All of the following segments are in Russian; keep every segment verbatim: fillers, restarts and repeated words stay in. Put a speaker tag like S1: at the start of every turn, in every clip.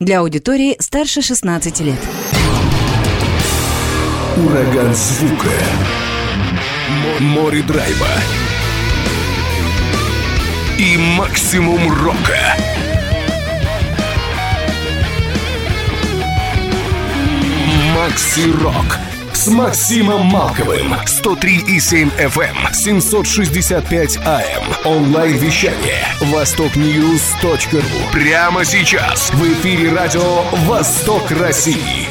S1: Для аудитории старше шестнадцати лет.
S2: Ураган звука. Море драйва. И максимум рока. Макси Рок с Максимом Малковым. сто три и семь эф эм, семьсот шестьдесят пять а эм. Онлайн-вещание восток ньюс точка ру. Прямо сейчас в эфире радио «Восток России».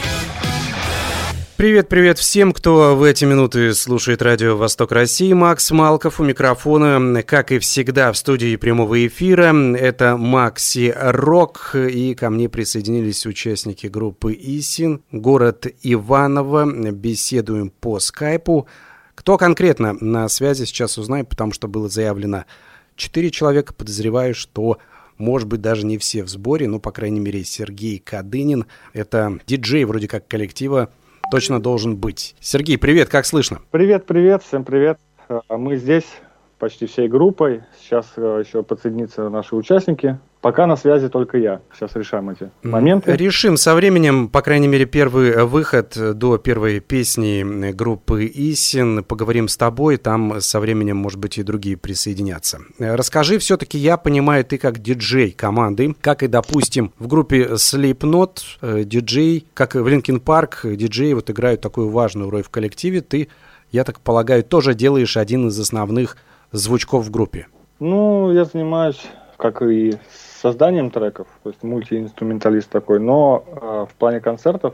S3: Привет-привет всем, кто в эти минуты слушает радио «Восток России». Макс Малков у микрофона, как и всегда, в студии прямого эфира. Это Макси Рок, и ко мне присоединились участники группы «Исин», город Иваново. Беседуем по скайпу. Кто конкретно на связи, сейчас узнаем, потому что было заявлено четыре человека. Подозреваю, что, может быть, даже не все в сборе, но, по крайней мере, Сергей Кадынин. Это диджей вроде как коллектива. Точно должен быть. Сергей, привет, как слышно?
S4: Привет, привет, всем привет. Мы здесь почти всей группой. Сейчас еще подсоединятся наши участники. Пока на связи только я. Сейчас решаем эти моменты.
S3: Решим со временем, по крайней мере, первый выход до первой песни группы «Исин». Поговорим с тобой, там со временем, может быть, и другие присоединятся. Расскажи, все-таки я понимаю, ты как диджей команды, как и, допустим, в группе Slipknot диджей, как в Linkin Park диджеи вот играют такую важную роль в коллективе. Ты, я так полагаю, тоже делаешь один из основных звучков в группе.
S4: Ну, я занимаюсь, как и созданием треков, то есть мультиинструменталист такой, но э, в плане концертов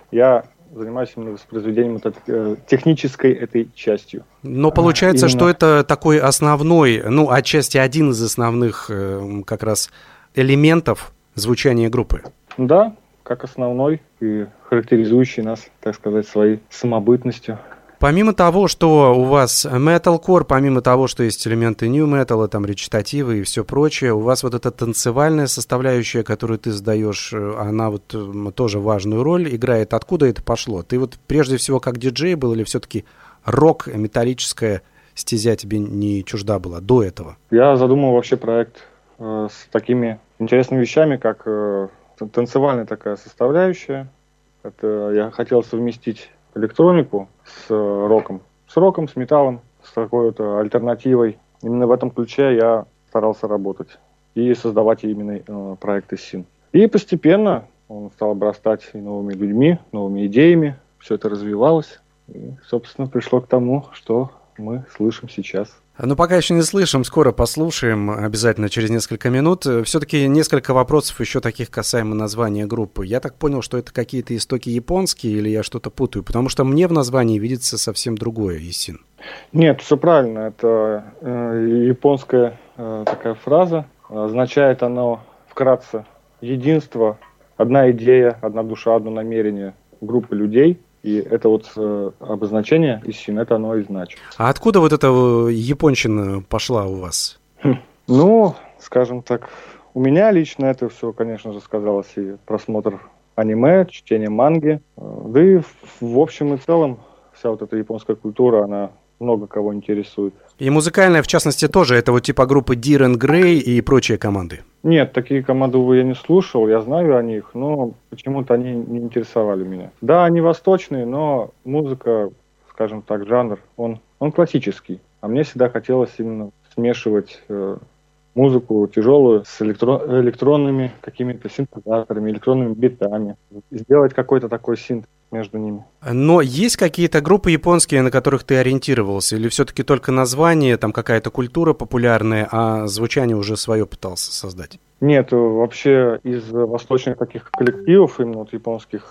S4: я занимаюсь именно воспроизведением вот этой, э, технической этой частью.
S3: Но получается,
S4: именно...
S3: что это такой основной, ну, отчасти один из основных э, как раз элементов звучания группы.
S4: Да, как основной и характеризующий нас, так сказать, своей самобытностью.
S3: Помимо того, что у вас metalcore, помимо того, что есть элементы new metal, там речитативы и все прочее, у вас вот эта танцевальная составляющая, которую ты сдаешь, она вот тоже важную роль играет. Откуда это пошло? Ты вот прежде всего как диджей был или все-таки рок, металлическая стезя тебе не чужда была до этого?
S4: Я задумал вообще проект э, с такими интересными вещами, как э, танцевальная такая составляющая. Это я хотел совместить электронику с роком, с роком, с металлом, с какой-то альтернативой. Именно в этом ключе я старался работать и создавать именно э, проект «Исин». И постепенно он стал обрастать и новыми людьми, новыми идеями. Все это развивалось и, собственно, пришло к тому, что мы слышим сейчас.
S3: Ну, пока еще не слышим, скоро послушаем, обязательно через несколько минут. Все-таки несколько вопросов еще таких касаемо названия группы. Я так понял, что это какие-то истоки японские, или я что-то путаю? Потому что мне в названии видится совсем другое «Исин».
S4: Нет, все правильно. Это э, японская э, такая фраза. Означает оно вкратце единство, одна идея, одна душа, одно намерение группы людей. И это вот э, обозначение «Исин», это оно и значит.
S3: А откуда вот эта японщина пошла у вас?
S4: Хм. Ну, скажем так, у меня лично это все, конечно же, сказалось и просмотр аниме, чтение манги. Да и в, в общем и целом вся вот эта японская культура, она много кого интересует.
S3: И музыкальная, в частности, тоже, это вот типа группы Dir and Grey и прочие команды?
S4: Нет, такие команды, увы, я не слушал, я знаю о них, но почему-то они не интересовали меня. Да, они восточные, но музыка, скажем так, жанр, он, он классический. А мне всегда хотелось именно смешивать э, музыку тяжелую с электро- электронными какими-то синтезаторами, электронными битами. Сделать какой-то такой синтез между ними.
S3: Но есть какие-то группы японские, на которых ты ориентировался? Или все-таки только название, там какая-то культура популярная, а звучание уже свое пытался создать?
S4: Нет, вообще из восточных таких коллективов, именно вот японских,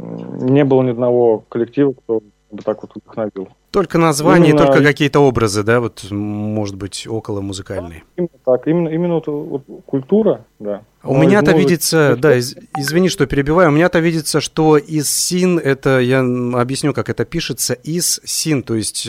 S4: не было ни одного коллектива, кто бы так вот вдохновил.
S3: Только название,
S4: именно...
S3: только какие-то образы, да, вот, может быть, около музыкальные.
S4: Да, именно так, именно, именно вот, вот культура, да.
S3: У меня-то музыки... видится, да, из, извини, что перебиваю, у меня-то видится, что «Исин» это, я объясню, как это пишется, «Ис-син», то есть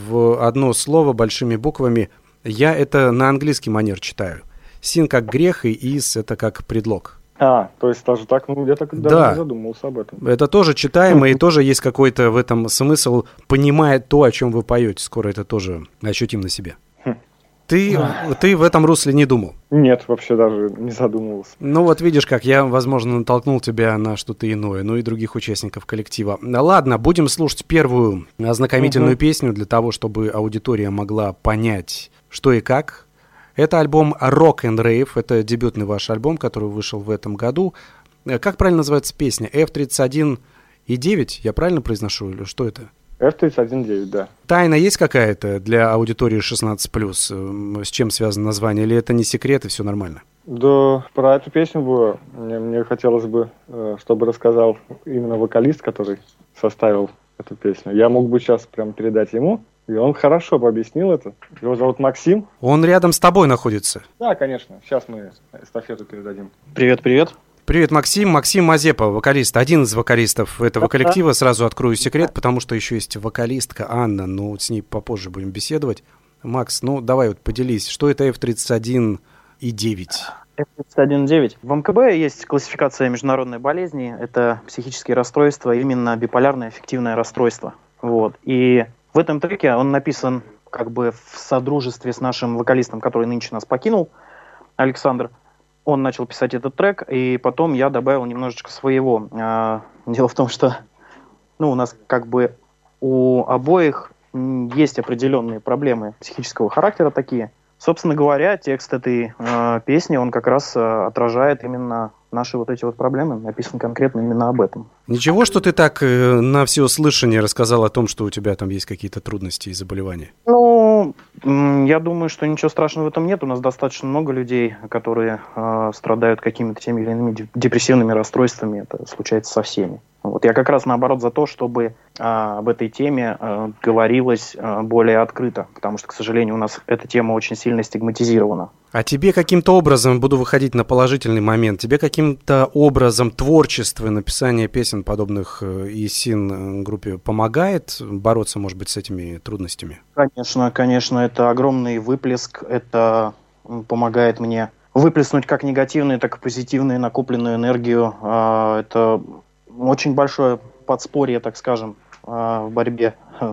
S3: в одно слово большими буквами. Я это на английский манер читаю. «Син» как грех, и «ис» это как предлог.
S4: А, то есть даже так, ну я так даже
S3: да.
S4: не задумывался об этом.
S3: Это тоже читаемо, и тоже есть какой-то в этом смысл, понимая то, о чем вы поете. Скоро это тоже ощутим на себе. Ты, ты в этом русле не думал?
S4: Нет, вообще даже не задумывался.
S3: Ну вот видишь, как я, возможно, натолкнул тебя на что-то иное, ну и других участников коллектива. Ладно, будем слушать первую ознакомительную угу. песню для того, чтобы аудитория могла понять, что и как. Это альбом Rock and Rave, это дебютный ваш альбом, который вышел в этом году. Как правильно называется песня? эф тридцать один и девять, я правильно произношу, или что это?
S4: эф тридцать один девять, да.
S3: Тайна есть какая-то для аудитории шестнадцать плюс? С чем связано название? Или это не секрет и все нормально?
S4: Да, про эту песню было. Мне, мне хотелось бы, чтобы рассказал именно вокалист, который составил эту песню. Я мог бы сейчас прям передать ему, и он хорошо бы объяснил это. Его зовут Максим.
S3: Он рядом с тобой находится?
S4: Да, конечно. Сейчас мы эстафету передадим.
S5: Привет, привет.
S3: Привет, Максим. Максим Мазепа, вокалист, один из вокалистов этого коллектива. Сразу открою секрет, потому что еще есть вокалистка Анна, но с ней попозже будем беседовать. Макс, ну давай вот поделись, что это эф тридцать один и девять?
S5: эф тридцать один девять. В эм ка бэ есть классификация международной болезни. Это психические расстройства, именно биполярное аффективное расстройство. Вот. И в этом треке он написан как бы в содружестве с нашим вокалистом, который нынче нас покинул, Александр. Он начал писать этот трек, и потом я добавил немножечко своего. Дело в том, что ну, у нас как бы у обоих есть определенные проблемы психического характера такие. Собственно говоря, текст этой э, песни, он как раз э, отражает именно наши вот эти вот проблемы, написан конкретно именно об этом.
S3: Ничего, что ты так э, на всеуслышание рассказал о том, что у тебя там есть какие-то трудности и заболевания?
S5: Ну, м- я думаю, что ничего страшного в этом нет. У нас достаточно много людей, которые э, страдают какими-то теми или иными депрессивными расстройствами. Это случается со всеми. Вот. Я как раз наоборот за то, чтобы э, об этой теме э, говорилось э, более открыто, потому что, к сожалению, у нас эта тема очень сильно стигматизирована.
S3: А тебе каким-то образом, буду выходить на положительный момент, тебе каким-то образом творчество, написание песен, подобных ИСИН группе, помогает бороться, может быть, с этими трудностями?
S5: Конечно, конечно, это огромный выплеск, это помогает мне выплеснуть как негативную, так и позитивную накопленную энергию. Это очень большое подспорье, так скажем, в борьбе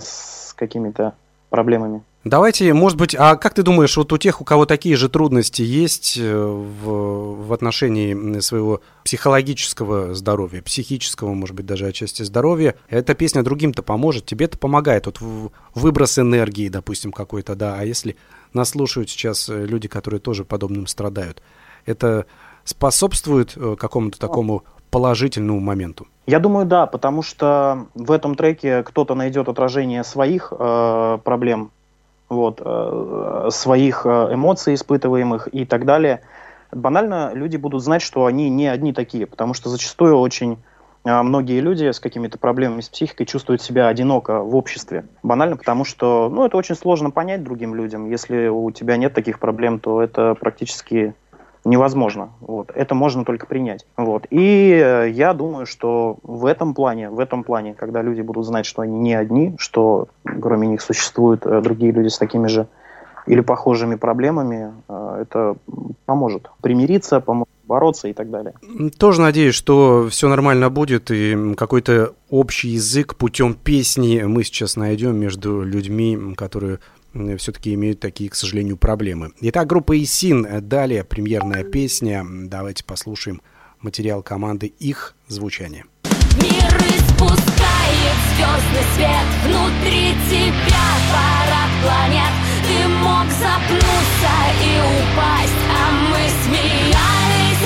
S5: с какими-то проблемами.
S3: Давайте, может быть, а как ты думаешь, вот у тех, у кого такие же трудности есть в, в отношении своего психологического здоровья, психического, может быть, даже отчасти здоровья, эта песня другим-то поможет, тебе-то помогает, вот выброс энергии, допустим, какой-то, да, а если нас слушают сейчас люди, которые тоже подобным страдают, это способствует какому-то такому положительному моменту?
S5: Я думаю, да, потому что в этом треке кто-то найдет отражение своих э, проблем, вот, э, своих эмоций испытываемых и так далее. Банально люди будут знать, что они не одни такие, потому что зачастую очень э, многие люди с какими-то проблемами с психикой чувствуют себя одиноко в обществе. Банально потому, что ну, это очень сложно понять другим людям. Если у тебя нет таких проблем, то это практически невозможно. Вот. Это можно только принять. Вот. И э, я думаю, что в этом плане, в этом плане, когда люди будут знать, что они не одни, что кроме них существуют э, другие люди с такими же или похожими проблемами, э, это поможет примириться, поможет бороться и так далее.
S3: Тоже надеюсь, что все нормально будет, и какой-то общий язык путем песни мы сейчас найдем между людьми, которые все-таки имеют такие, к сожалению, проблемы. Итак, группа ИСИН. Далее премьерная песня. Давайте послушаем материал команды, их звучание.
S6: Мир испускает звездный свет, внутри тебя парад планет. Ты мог запнуться и упасть, а мы смеялись,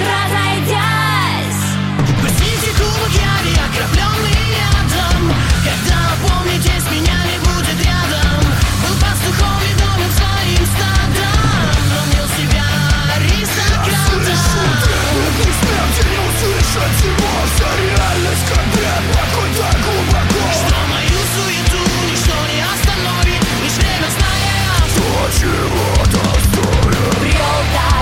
S6: разойдясь. Пустите кубок яви, окропленный ядом. Когда помнитесь, меня не будет рядом. Был пастухом и домом своим стадом. Помнил себя аристократом.
S7: Не смерти не услышать его. Вся реальность как бред, какой-то глубоко.
S6: Что мою суету ничто не остановит. Лишь время знает,
S7: то чего-то стоит.
S6: брел до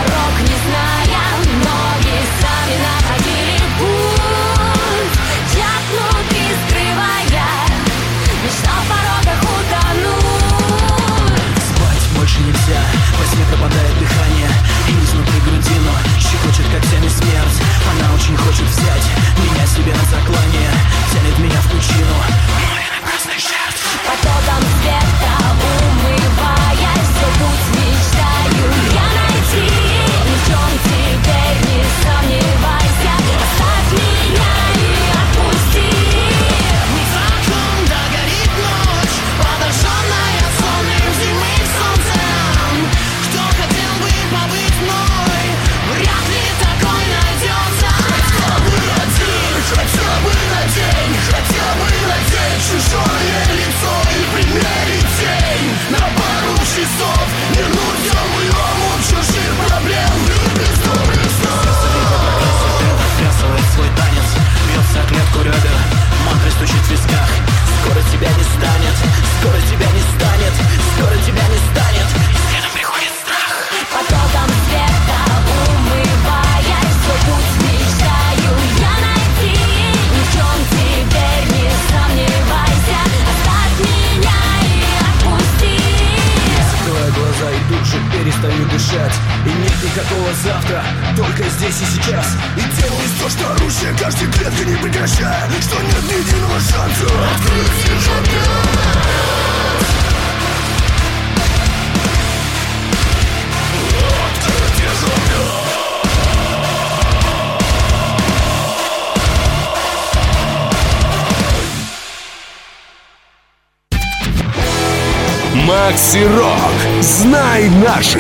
S7: каждой клеткой не прекращая, что нет ни единого шанса открыть движение.
S2: Макси Рок. Знай наших.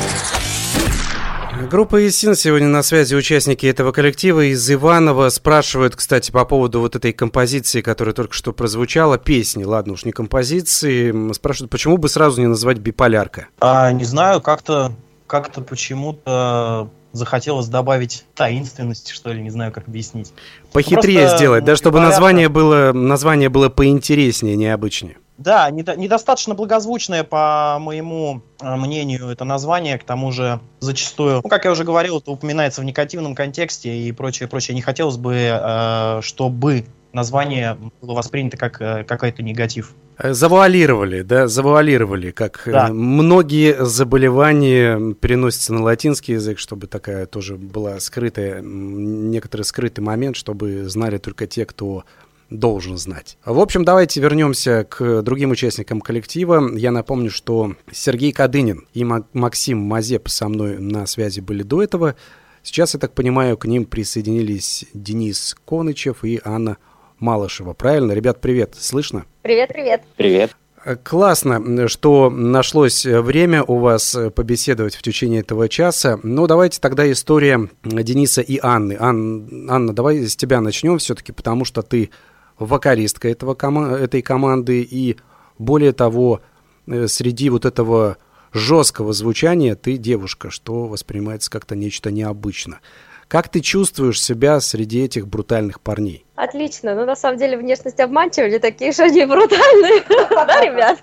S3: Группа ИСИН сегодня на связи, участники этого коллектива из Иваново. Спрашивают, кстати, по поводу вот этой композиции, которая только что прозвучала, песни, ладно уж, не композиции. Спрашивают, почему бы сразу не назвать «Биполярка»?
S5: А, не знаю, как-то, как-то почему-то захотелось добавить таинственности, что ли, не знаю, как объяснить.
S3: Похитрее
S5: Просто,
S3: сделать, да, чтобы
S5: «Биполярка».
S3: название было, название было поинтереснее, необычнее.
S5: Да, недо- недостаточно благозвучное, по моему э, мнению, это название. К тому же зачастую, ну, как я уже говорил, это упоминается в негативном контексте и прочее, прочее. Не хотелось бы, э, чтобы название было воспринято как э, какой-то негатив.
S3: Завуалировали, да, завуалировали, как
S5: Да.
S3: э, многие заболевания переносятся на латинский язык, чтобы такая тоже была скрытая, м, некоторый скрытый момент, чтобы знали только те, кто должен знать. В общем, давайте вернемся к другим участникам коллектива. Я напомню, что Сергей Кадынин и Мак- Максим Мазеп со мной на связи были до этого. Сейчас, я так понимаю, к ним присоединились Денис Конычев и Анна Малышева. Правильно? Ребят, привет. Слышно?
S8: Привет, привет.
S9: Привет.
S3: Классно, что нашлось время у вас побеседовать в течение этого часа. Ну, давайте тогда история Дениса и Анны. Ан... Анна, давай с тебя начнем все-таки, потому что ты вокалистка этого кома... этой команды, и более того, среди вот этого жесткого звучания ты девушка, что воспринимается как-то нечто необычно. Как ты чувствуешь себя среди этих брутальных парней?
S8: Отлично. Ну, на самом деле, внешность обманчива, не такие же они брутальные. Да, ребят?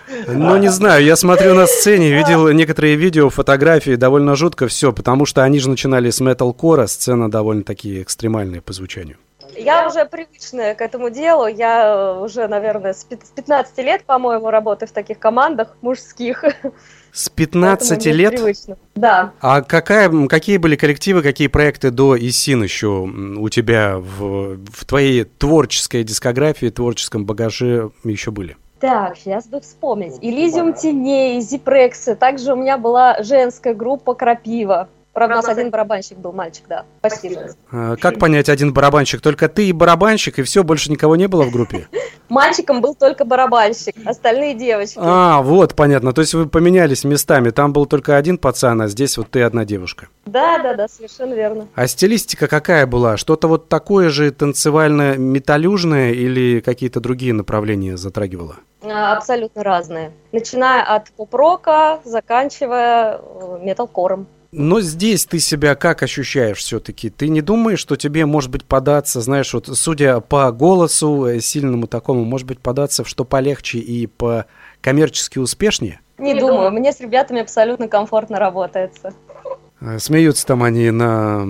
S3: Ну, не знаю, я смотрю на сцене, видел некоторые видео, фотографии, довольно жутко все, потому что они же начинали с метал-кора, сцена довольно-таки экстремальная по звучанию.
S8: Я уже привычная к этому делу. Я уже, наверное, с пятнадцати лет, по-моему, работаю в таких командах мужских.
S3: С пятнадцати лет?
S8: Привычно. Да.
S3: А какая, какие были коллективы, какие проекты до ИСИН еще у тебя в, в твоей творческой дискографии, творческом багаже еще были?
S8: Так, сейчас бы вспомнить. Элизиум теней, Зипрексы. Также у меня была женская группа Крапива. Правда, у нас один барабанщик был, мальчик, да, почти женский.
S3: А, как понять один барабанщик? Только ты и барабанщик, и все, больше никого не было в группе?
S8: Мальчиком был только барабанщик, остальные девочки.
S3: А, вот, понятно. То есть вы поменялись местами. Там был только один пацан, а здесь вот ты одна девушка.
S8: Да, да, да, совершенно верно.
S3: А стилистика какая была? Что-то вот такое же танцевально-металюжное или какие-то другие направления затрагивало?
S8: Абсолютно разные. Начиная от поп-рока, заканчивая металкором.
S3: Но здесь ты себя как ощущаешь все-таки? Ты не думаешь, что тебе, может быть, податься, знаешь, вот судя по голосу сильному такому, может быть, податься в что полегче и по коммерчески успешнее?
S8: Не, не думаю, мне с ребятами абсолютно комфортно работается.
S3: Смеются там они на,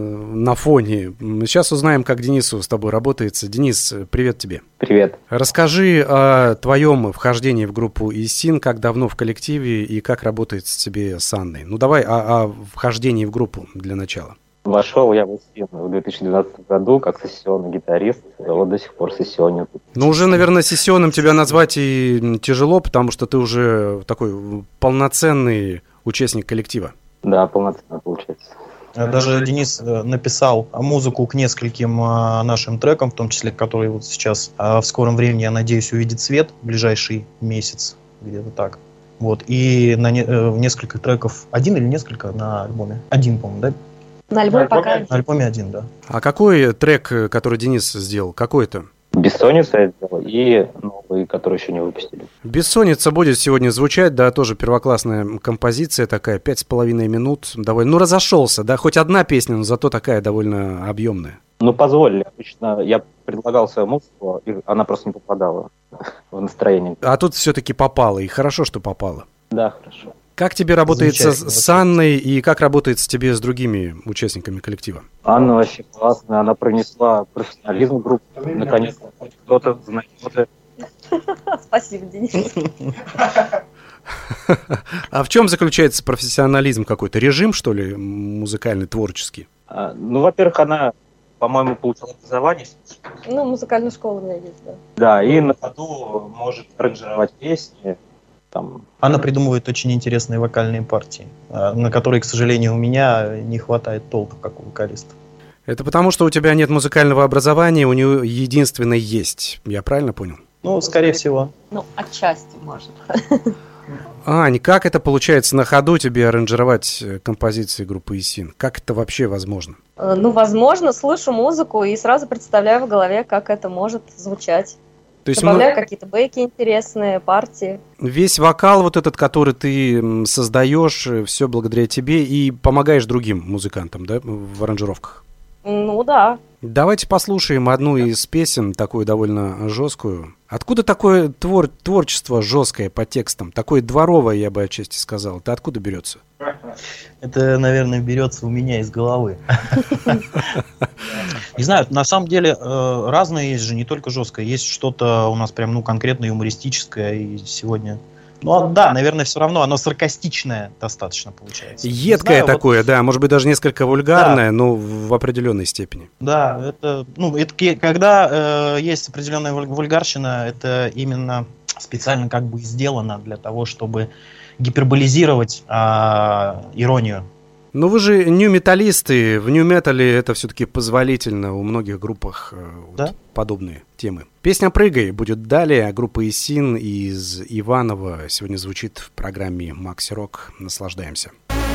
S3: на фоне. Сейчас узнаем, как Денису с тобой работается. Денис, привет тебе.
S9: Привет.
S3: Расскажи о твоем вхождении в группу ИСИН, как давно в коллективе и как работает с тебе с Анной. Ну давай о, о вхождении в группу для начала.
S9: Вошел я в ИСИН в две тысячи двенадцатом году как сессионный гитарист, вот до сих пор сессионен.
S3: Ну уже, наверное, сессионным тебя назвать и тяжело, потому что ты уже такой полноценный участник коллектива.
S9: Да, полноценно получается.
S5: Даже Денис написал музыку к нескольким нашим трекам, в том числе, которые вот сейчас в скором времени, я надеюсь, увидит свет в ближайший месяц, где-то так. Вот, и на не, несколько треков, один или несколько на альбоме? Один, по-моему, да?
S8: На альбоме пока.
S5: На альбоме один, да.
S3: А какой трек, который Денис сделал, какой это?
S9: «Бессонница» я сделал, и новый, который еще не выпустили.
S3: «Бессонница» будет сегодня звучать, да, тоже первоклассная композиция такая, пять с половиной минут, довольно, ну, разошелся, да, хоть одна песня, но зато такая довольно объемная.
S9: Ну, позволили, обычно я предлагал свою музыку, и она просто не попадала в настроение.
S3: А тут все-таки попало, и хорошо, что попало.
S9: Да, хорошо.
S3: Как тебе работается с Анной и как работает с тебе с другими участниками коллектива?
S9: Анна вообще классная, она принесла профессионализм в группу. Наконец-то кто-то знает.
S8: Спасибо, Денис.
S3: А в чем заключается профессионализм какой-то? Режим, что ли, музыкальный, творческий?
S9: А, ну, во-первых, она по-моему, получил образование.
S8: Ну, музыкальная школа у меня есть, да.
S9: Да, и на ходу может аранжировать песни. Там.
S5: Она придумывает очень интересные вокальные партии, на которые, к сожалению, у меня не хватает толка, как у вокалиста.
S3: Это потому, что у тебя нет музыкального образования, у нее единственное есть. Я правильно понял?
S5: Ну, скорее всего.
S8: Ну, отчасти, может.
S3: Ань, как это получается на ходу тебе аранжировать композиции группы ИСИН? Как это вообще возможно?
S8: Ну, возможно, слышу музыку и сразу представляю в голове, как это может звучать.
S3: То есть
S8: Добавляю
S3: мы...
S8: какие-то бэки интересные, партии.
S3: Весь вокал вот этот, который ты создаешь, все благодаря тебе и помогаешь другим музыкантам, да, в аранжировках?
S8: Ну да.
S3: Давайте послушаем одну из песен, такую довольно жесткую. Откуда такое твор- творчество жесткое по текстам? Такое дворовое, я бы отчасти сказал. Это откуда берется?
S5: Это, наверное, берется у меня из головы. Не знаю, на самом деле разное есть же, не только жесткое. Есть что-то у нас прям, ну, конкретно юмористическое. И сегодня... Ну, да, наверное, все равно оно саркастичное достаточно получается.
S3: Едкое
S5: знаю,
S3: такое,
S5: вот...
S3: да, может быть, даже несколько вульгарное,
S5: да.
S3: но в определенной степени.
S5: Да, это, ну, это когда э, есть определенная вульгарщина, это именно специально как бы сделано для того, чтобы гиперболизировать э, иронию.
S3: Ну вы же нью-металлисты, в нью-метале это все-таки позволительно, у многих группах э,
S5: да?
S3: вот подобные темы. Песня «Прыгай» будет далее, группа ИСИН из Иваново сегодня звучит в программе «Макси Рок». Наслаждаемся.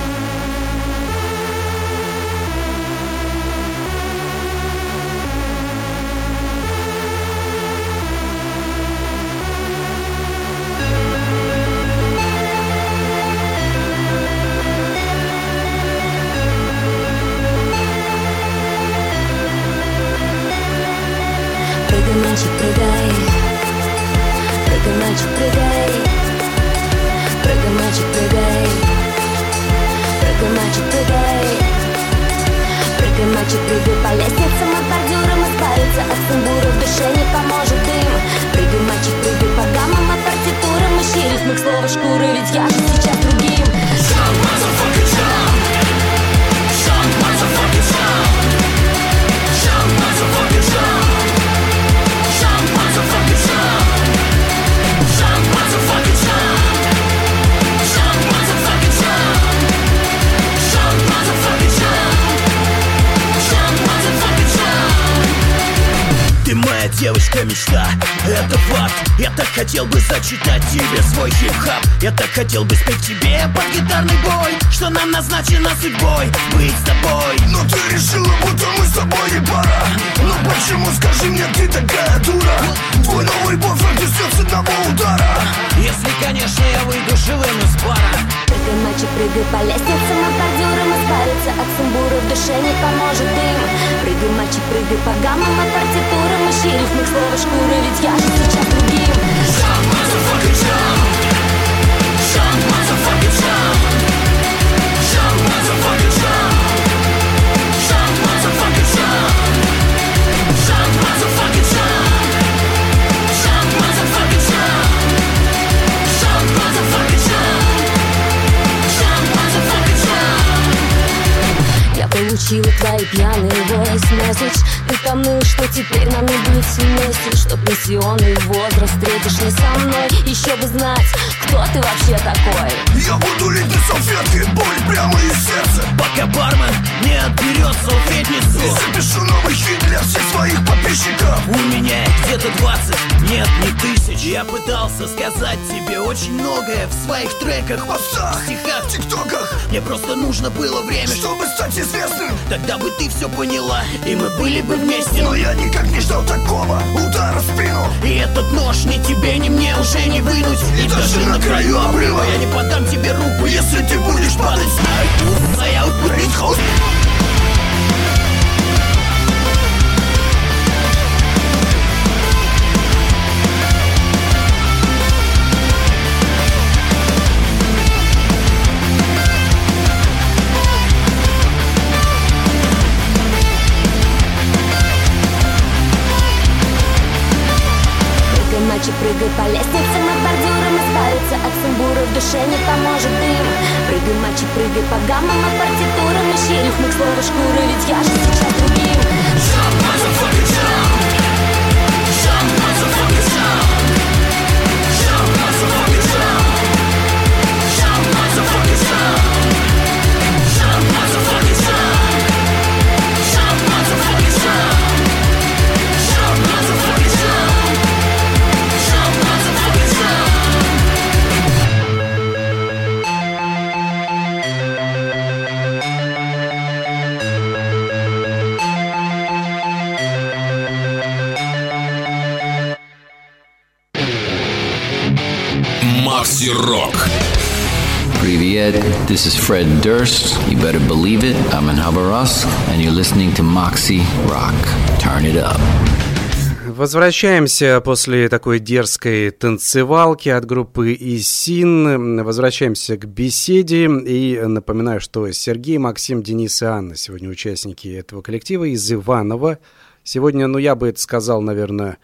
S6: Мальчик, прыгай, прыгай, мальчик, прыгай, прыгай, мальчик, прыгай, прыгай, мальчик, прыгай, прыгай, мальчик, прыгай по лестницам и бордюрам, избавиться от сумбура, в душе не поможет дым. Прыгай, мальчик, прыгай по гаммам и партитурам, ищи рифмы к слову шкуры, ведь я же сейчас другим. Jump, motherfucker, jump, jump, motherfucker, jump, jump, motherfucker, jump.
S7: Ты моя девочка-мечта, это факт. Я так хотел бы зачитать тебе свой хип-хап. Я так хотел бы спеть тебе под гитарный бой, что нам назначено судьбой быть с тобой. Но ты решила, будто мы с тобой не пара. Но почему, скажи мне, ты такая дура? Твой новый бойфренд уснет с одного удара. Если, конечно, я выйду живым из пара.
S6: Прыгай, мальчик, прыгай по лестницам и бордюрам, избавиться от сумбура, в душе не поможет дым. Прыгай, мальчик, прыгай по гаммам и партитурам, ищи рифмы к слову шкуры, ведь я же сейчас другим.
S7: Jump, motherfucker, jump, jump, motherfucker, jump, jump, motherfucker, jump, jump, motherfucker, jump, jump, motherfucker, jump, jump, motherfucker, jump, jump, motherfucker, jump, jump, motherfucker, jump.
S6: Я получила твои пьяные voice-message. Ты там ныл, что теперь нам не быть вместе, что пенсионный возраст встретишь не со мной. Еще бы знать, кто ты вообще такой.
S7: Я буду лить на салфетке боль прямо из сердца, пока бармен не отберет салфетницу. И запишу новый хит для всех своих подписчиков. У меня где-то двадцать, нет, не тысяч. Я пытался сказать тебе очень многое в своих треках, постах, стихах, тиктоках. Мне просто нужно было время, чтобы стать известным. Тогда бы ты все поняла, и мы были бы вместе. Но я никак не ждал такого удара в спину. И этот нож ни тебе, ни мне уже не вынуть. И, и даже на краю обрыва я не подам тебе руку, если ты будешь падать. А я упрыгнул.
S6: Мальчик, прыгай по лестницам и бордюрам, избавиться избавиться от сумбура, в душе не поможет дым. Прыгай, мальчик, прыгай по гаммам и партитурам, ищи рифмы к слову шкуры, ведь я же сейчас другим. Jump, motherfucker, jump. Jump, motherfucker, jump. Jump, motherfucker, jump. Jump, motherfucker, jump. Jump, motherfucker, jump. Jump, motherfucker, jump. Jump, motherfucker, jump. Jump, motherfucker, jump.
S2: Макси Рок.
S10: Привет, this is Fred Durst. You better believe it, I'm in Khabarovsk, and you're listening to Moxie Rock. Turn it up.
S3: Возвращаемся после такой дерзкой танцевалки от группы ИСИН. Возвращаемся к беседе. И напоминаю, что Сергей, Максим, Денис и Анна сегодня участники этого коллектива из Иваново. Сегодня, ну я бы это сказал, наверное,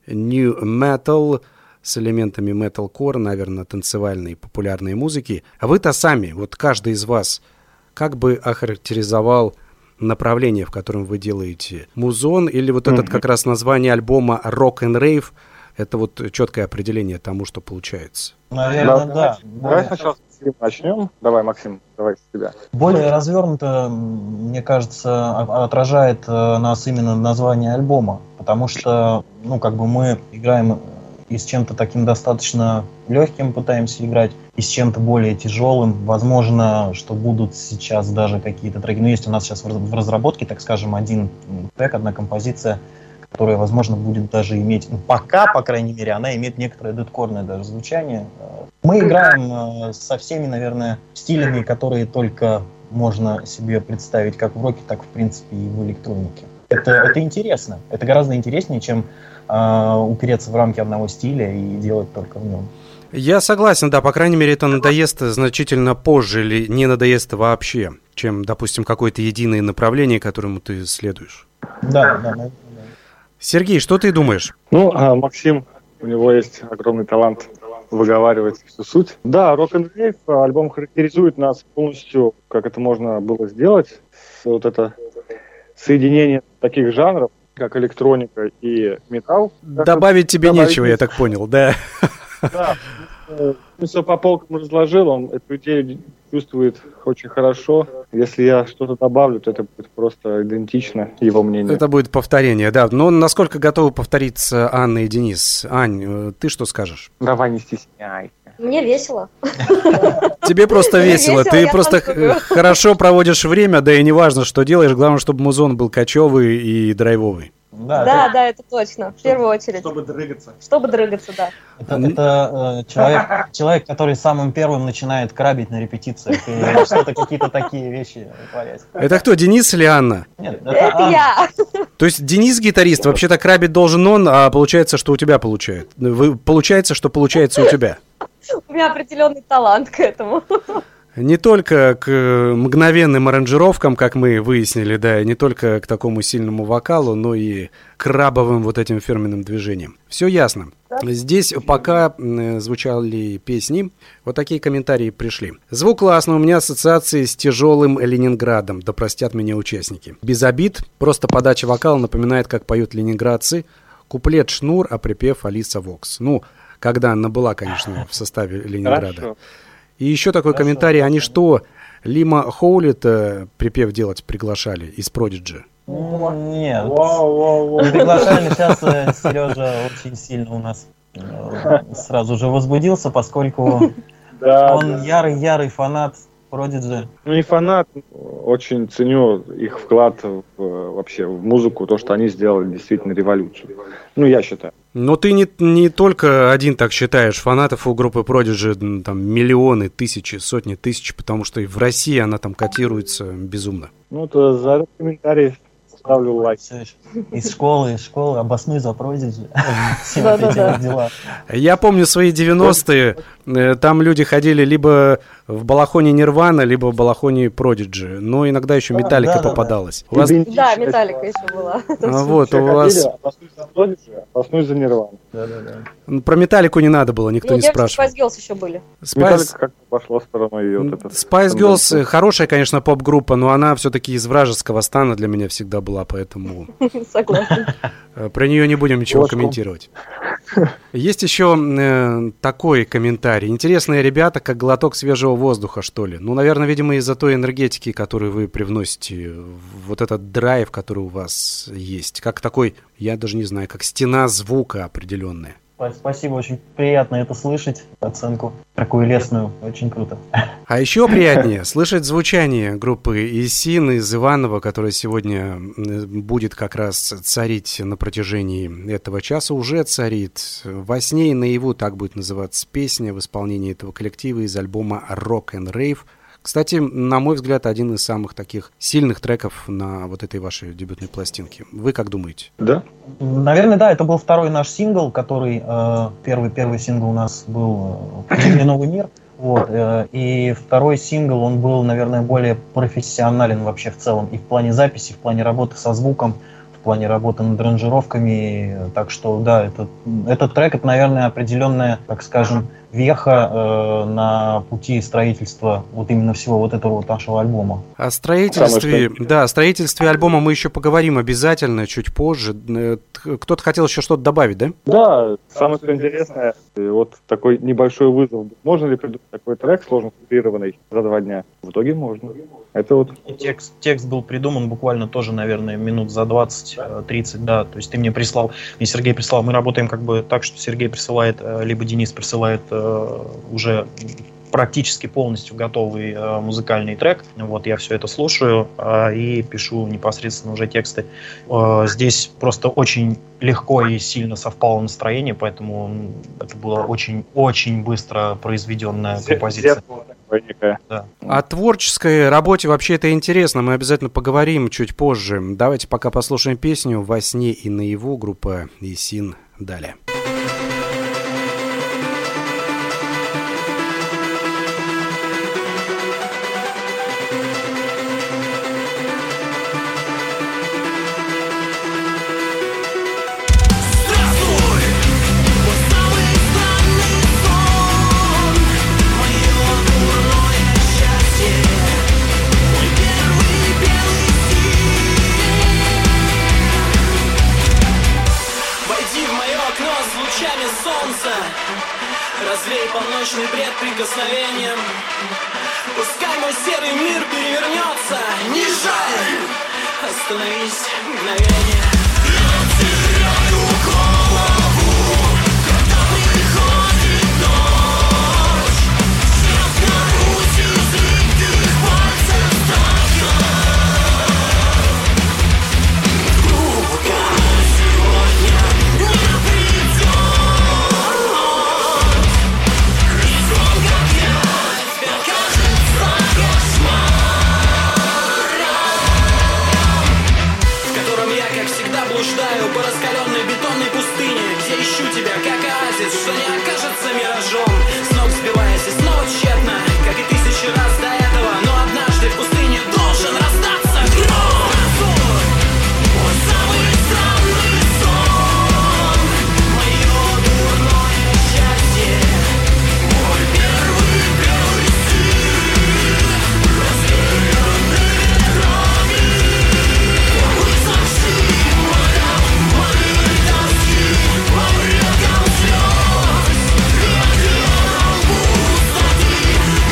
S3: new metal с элементами metalcore, наверное, танцевальной популярной музыки. А вы-то сами, вот каждый из вас, как бы охарактеризовал направление, в котором вы делаете музон, или вот mm-hmm. этот как раз название альбома «Rock and Rave», это вот четкое определение тому, что получается?
S5: Наверное, да. да.
S4: Давай сначала с тебя начнем. Давай, Максим, давай с тебя.
S5: Более развернуто, мне кажется, отражает нас именно название альбома, потому что, ну, как бы мы играем и с чем-то таким достаточно легким пытаемся играть, и с чем-то более тяжелым. Возможно, что будут сейчас даже какие-то треки. Ну, есть у нас сейчас в разработке, так скажем, один трек, одна композиция, которая, возможно, будет даже иметь, ну, пока, по крайней мере, она имеет некоторое дэткорное даже звучание. Мы играем со всеми, наверное, стилями, которые только можно себе представить как в роке, так, в принципе, и в электронике. Это, это интересно. Это гораздо интереснее, чем упереться в рамки одного стиля и делать только в нем.
S3: Я согласен, да, по крайней мере, это надоест значительно позже или не надоест вообще, чем, допустим, какое-то единое направление, которому ты следуешь.
S5: Да, да, да.
S3: Сергей, что ты думаешь?
S4: Ну, Максим, у него есть огромный талант выговаривать всю суть. Да, Rock and Rave альбом характеризует нас полностью, как это можно было сделать, вот это соединение таких жанров, как электроника и металл.
S3: Добавить тебе добавить нечего, я так понял, да.
S4: Да, он все по полкам разложил, он эту идею чувствует очень хорошо. Если я что-то добавлю, то это будет просто идентично его мнению.
S3: Это будет повторение, да. Но насколько готовы повториться Анна и Денис? Ань, ты что скажешь?
S9: Давай, не стесняйся.
S8: Мне весело.
S3: Тебе просто весело. Ты просто хорошо проводишь время, да и не важно, что делаешь. Главное, чтобы музон был кочевый и драйвовый.
S8: Да, да, это... да, это точно, в первую очередь.
S5: Чтобы дрыгаться.
S8: Чтобы дрыгаться, да.
S5: Это, это э, человек, человек, который самым первым начинает крабить на репетициях и что-то, какие-то такие вещи творять.
S3: Это кто, Денис или Анна?
S5: Нет,
S8: это, это Анна. Я.
S3: То есть Денис гитарист, вообще-то крабить должен он, а получается, что у тебя получает. Вы, получается, что получается у тебя.
S8: У меня определенный талант к этому.
S3: Не только к мгновенным аранжировкам, как мы выяснили, да, не только к такому сильному вокалу, но и к крабовым вот этим фирменным движениям. Все ясно. Да. Здесь пока звучали песни, вот такие комментарии пришли. Звук классный, у меня ассоциации с тяжелым Ленинградом, да простят меня участники. Без обид, просто подача вокала напоминает, как поют ленинградцы. Куплет Шнур, а припев Алиса Вокс. Ну, когда она была, конечно, в составе Ленинграда. Хорошо. И еще такой хорошо, комментарий, хорошо. Они что, Лима Хоулита припев делать приглашали из Продиджи?
S5: Нет, приглашали, сейчас Сережа очень сильно у нас сразу же возбудился, поскольку он ярый-ярый фанат Продиджи.
S4: Ну не фанат, очень ценю их вклад в, вообще в музыку, то, что они сделали действительно революцию. Ну, я считаю.
S3: Но ты не, не только один так считаешь. Фанатов у группы Prodigy там миллионы, тысячи, сотни тысяч, потому что и в России она там котируется безумно.
S4: Ну, то за этот комментарий ставлю лайк.
S5: Из школы, из школы, обоснуй, запросить же. Все вот эти вот дела.
S3: Я помню свои девяностые, там люди ходили либо в балахоне Нирвана, либо в балахоне Продиджи, но иногда еще Металлика попадалась.
S8: Да, Металлика еще была.
S3: Вот, у вас...
S4: Обоснуй за Нирвану.
S3: Про Металлику не надо было, никто не спрашивал.
S8: Spice Girls еще были.
S4: Металлика как пошла стороной.
S3: Spice Girls хорошая, конечно, поп-группа, но она все-таки из вражеского стана для меня всегда была, поэтому...
S8: Согласен.
S3: Про нее не будем ничего комментировать. Есть еще э, такой комментарий. Интересные ребята, как глоток свежего воздуха, что ли. Ну, наверное, видимо, из-за той энергетики, которую вы привносите, вот этот драйв, который у вас есть. Как такой, я даже не знаю, как стена звука определенная.
S5: Спасибо, очень приятно это слышать, оценку такую лестную, очень круто.
S3: А еще приятнее слышать звучание группы Исин из Иваново, которая сегодня будет как раз царить на протяжении этого часа, уже царит. «Во сне и наяву» — так будет называться песня в исполнении этого коллектива из альбома «Rock and Rave». Кстати, на мой взгляд, один из самых таких сильных треков на вот этой вашей дебютной пластинке. Вы как думаете?
S4: Да.
S5: Наверное, да. Это был второй наш сингл, который э, первый первый сингл у нас был э, «Новый мир». Вот, э, и второй сингл, он был, наверное, более профессионален вообще в целом и в плане записи, в плане работы со звуком, в плане работы над аранжировками. Так что, да, это, этот трек, это, наверное, определенная, так скажем, веха э, на пути строительства вот именно всего вот этого вот нашего альбома.
S3: О строительстве, да, о строительстве альбома мы еще поговорим обязательно чуть позже. Кто-то хотел еще что-то добавить, да?
S4: Да, самое что интересное, вот такой небольшой вызов. Можно ли придумать такой трек сложно структурированный за два дня? В итоге можно. Это вот...
S5: Текст, текст был придуман буквально тоже, наверное, минут за двадцать-тридцать, да. То есть ты мне прислал, мне Сергей прислал, мы работаем как бы так, что Сергей присылает, либо Денис присылает уже практически полностью готовый э, музыкальный трек. Вот я все это слушаю э, и пишу непосредственно уже тексты. Э, здесь просто очень легко и сильно совпало настроение, поэтому это была очень-очень быстро произведенная композиция.
S3: Да. О творческой работе вообще это интересно, мы обязательно поговорим чуть позже. Давайте пока послушаем песню «Во сне и наяву», группа Исин. Далее.
S7: Развей полночный бред прикосновением. Пускай мой серый мир перевернется. Не жаль, остановись мгновение. Я теряю голову, когда приходит ночь. Свет на пути слитых пальцев страха. Рука сегодня не придет. Блуждаю по раскаленной бетонной пустыне, где ищу тебя как оазис, что не окажется миражом. С ног сбиваясь и снова тщетно, как и тысячи раз до этого. Но однажды в пустыне должен раздаться гром. Мой самый странный сон, мое дурное счастье, мой первый белый стих, разъяренный ветрами, высохший. По брегам слез, я делал пустоты.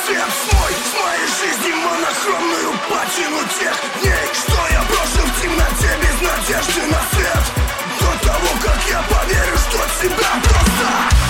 S7: свет свой с моей жизни монохромную патину тех дней, что я прожил в темноте без надежды на свет. До того, как я поверю, что тебя просто...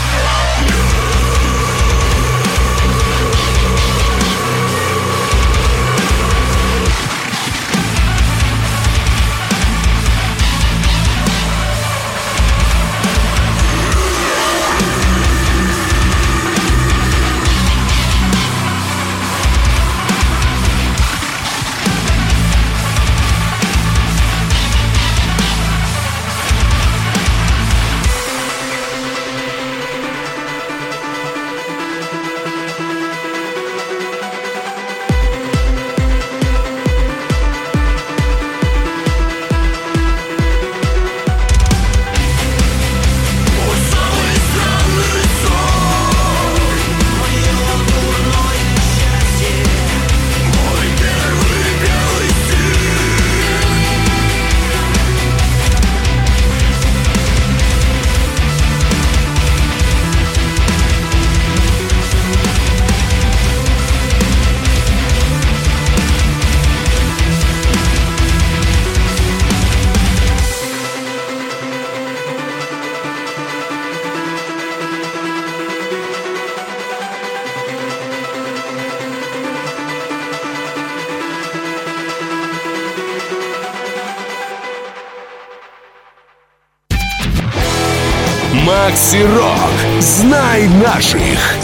S2: Макси Рок. Знай наших.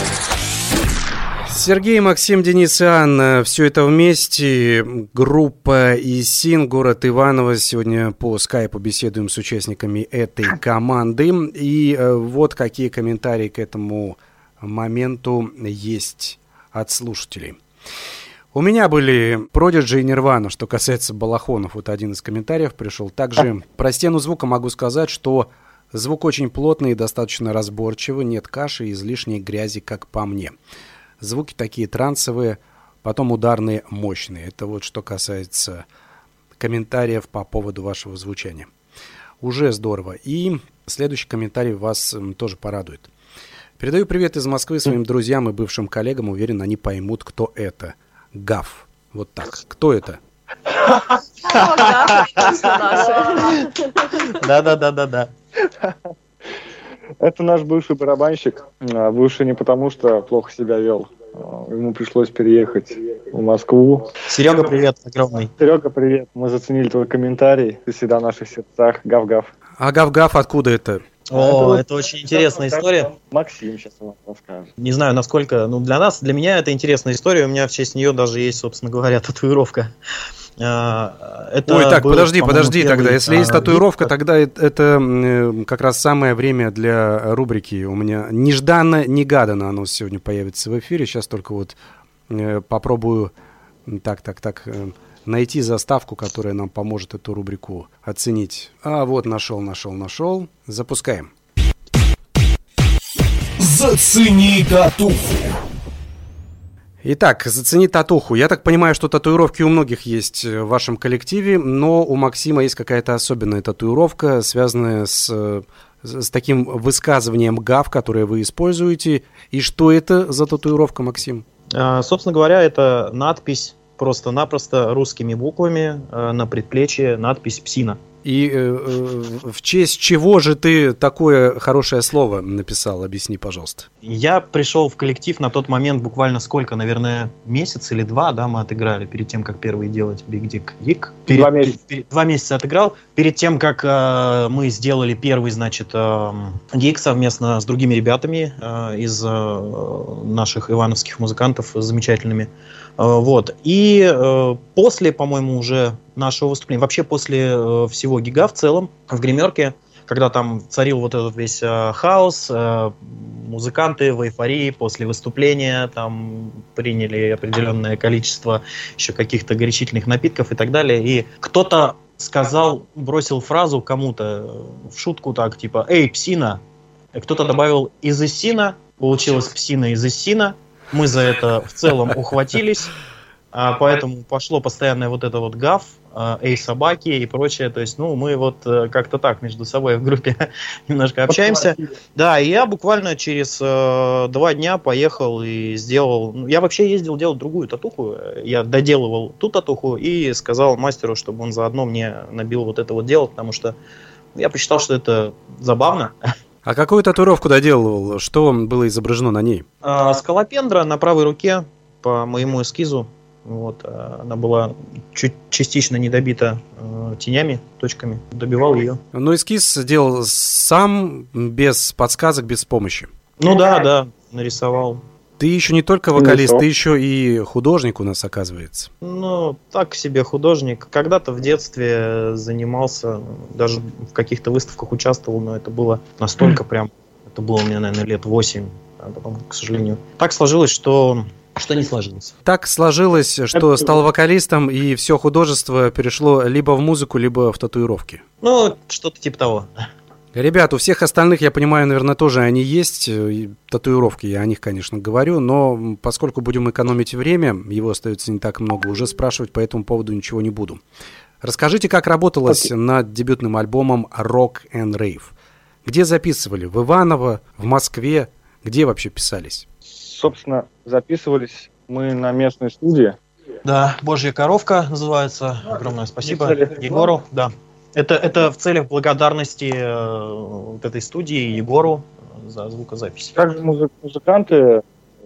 S3: Сергей, Максим, Денис и Анна. Все это вместе. Группа ИСИН, город Иваново. Сегодня по скайпу беседуем с участниками этой команды. И вот какие комментарии к этому моменту есть от слушателей. У меня были Prodigy и Nirvana, что касается балахонов. Вот один из комментариев пришел. Также про стену звука могу сказать, что звук очень плотный и достаточно разборчивый, нет каши и излишней грязи, как по мне. Звуки такие трансовые, потом ударные, мощные. Это вот что касается комментариев по поводу вашего звучания. Уже здорово. И следующий комментарий вас тоже порадует. Передаю привет из Москвы своим друзьям и бывшим коллегам. Уверен, они поймут, кто это. Гав. Вот так. Кто это?
S5: Да-да-да-да-да.
S4: Это наш бывший барабанщик. Бывший не потому, что плохо себя вел. Ему пришлось переехать в Москву.
S5: Серега, привет огромный.
S4: Серега, привет. Мы заценили твой комментарий. Ты всегда в наших сердцах. Гав-гав.
S3: А гав-гав откуда это?
S5: О, это, это очень интересная история.
S4: Максим сейчас вам расскажет.
S5: Не знаю, насколько... Ну, для нас, для меня это интересная история. У меня в честь нее даже есть, собственно говоря, татуировка. Это
S3: Ой, так,
S5: был,
S3: подожди, подожди
S5: первый,
S3: тогда. Если
S5: а,
S3: есть татуировка,
S5: вид...
S3: тогда это, это как раз самое время для рубрики. У меня нежданно-негаданно оно сегодня появится в эфире. Сейчас только вот э, попробую так, так, так э, найти заставку, которая нам поможет эту рубрику оценить. А вот, нашел, нашел, нашел. Запускаем.
S2: Зацени татуху.
S3: Итак, зацени татуху. Я так понимаю, что татуировки у многих есть в вашем коллективе, но у Максима есть какая-то особенная татуировка, связанная с, с таким высказыванием гав, которое вы используете. И что это за татуировка, Максим?
S5: А, собственно говоря, это надпись просто-напросто русскими буквами а, на предплечье, надпись «Псина».
S3: И э, э, в честь чего же ты такое хорошее слово написал? Объясни, пожалуйста.
S5: Я пришел в коллектив на тот момент буквально сколько, наверное, месяц или два, да, мы отыграли перед тем, как первый делать Big Dick Dick. Перед,
S4: два месяца.
S5: Перед, два месяца отыграл. Перед тем, как э, мы сделали первый, значит, э, гиг совместно с другими ребятами э, из э, наших ивановских музыкантов замечательными. Вот. И э, после, по-моему, уже нашего выступления, вообще после э, всего гига в целом, в гримерке, когда там царил вот этот весь э, хаос, э, музыканты в эйфории после выступления там приняли определенное количество еще каких-то горячительных напитков и так далее. И кто-то сказал, бросил фразу кому-то в шутку так, типа «Эй, псина!» И кто-то добавил «из Иссина», получилось «псина из Иссина». Мы за это в целом ухватились. а поэтому пошло постоянное вот это вот гав, эй, собаки и прочее. То есть, ну, мы вот как-то так между собой в группе немножко общаемся. Да, и я буквально через э, два дня поехал и сделал... Ну, я вообще ездил делать другую татуху. Я доделывал ту татуху и сказал мастеру, чтобы он заодно мне набил вот это вот дело, потому что я посчитал, что это забавно.
S3: А какую татуировку доделывал? Что было изображено на ней?
S5: А, скалопендра на правой руке по моему эскизу. Вот, она была чуть частично недобита э, тенями, точками. Добивал ее.
S3: Но эскиз делал сам, без подсказок, без помощи.
S5: Ну да, да, нарисовал.
S3: Ты еще не только вокалист, ты еще и художник у нас, оказывается.
S5: Ну, так себе художник. Когда-то в детстве занимался, даже в каких-то выставках участвовал, но это было настолько прям... Это было у меня, наверное, лет восемь, а потом, к сожалению. Так сложилось, что... Что не сложилось.
S3: Так сложилось, что стал вокалистом, и все художество перешло либо в музыку, либо в татуировки.
S5: Ну, что-то типа того.
S3: Ребят, у всех остальных, я понимаю, наверное, тоже они есть, татуировки, я о них, конечно, говорю, но поскольку будем экономить время, его остается не так много, уже спрашивать по этому поводу ничего не буду. Расскажите, как работалось okay. над дебютным альбомом Rock and Rave? Где записывали? В Иваново, в Москве? Где вообще писались?
S4: Собственно, записывались мы на местной студии.
S5: Да, «Божья коровка» называется. Огромное спасибо Егору. Да. Это, это в целях благодарности э, вот этой студии Егору за звукозапись.
S4: Также музы- музыканты,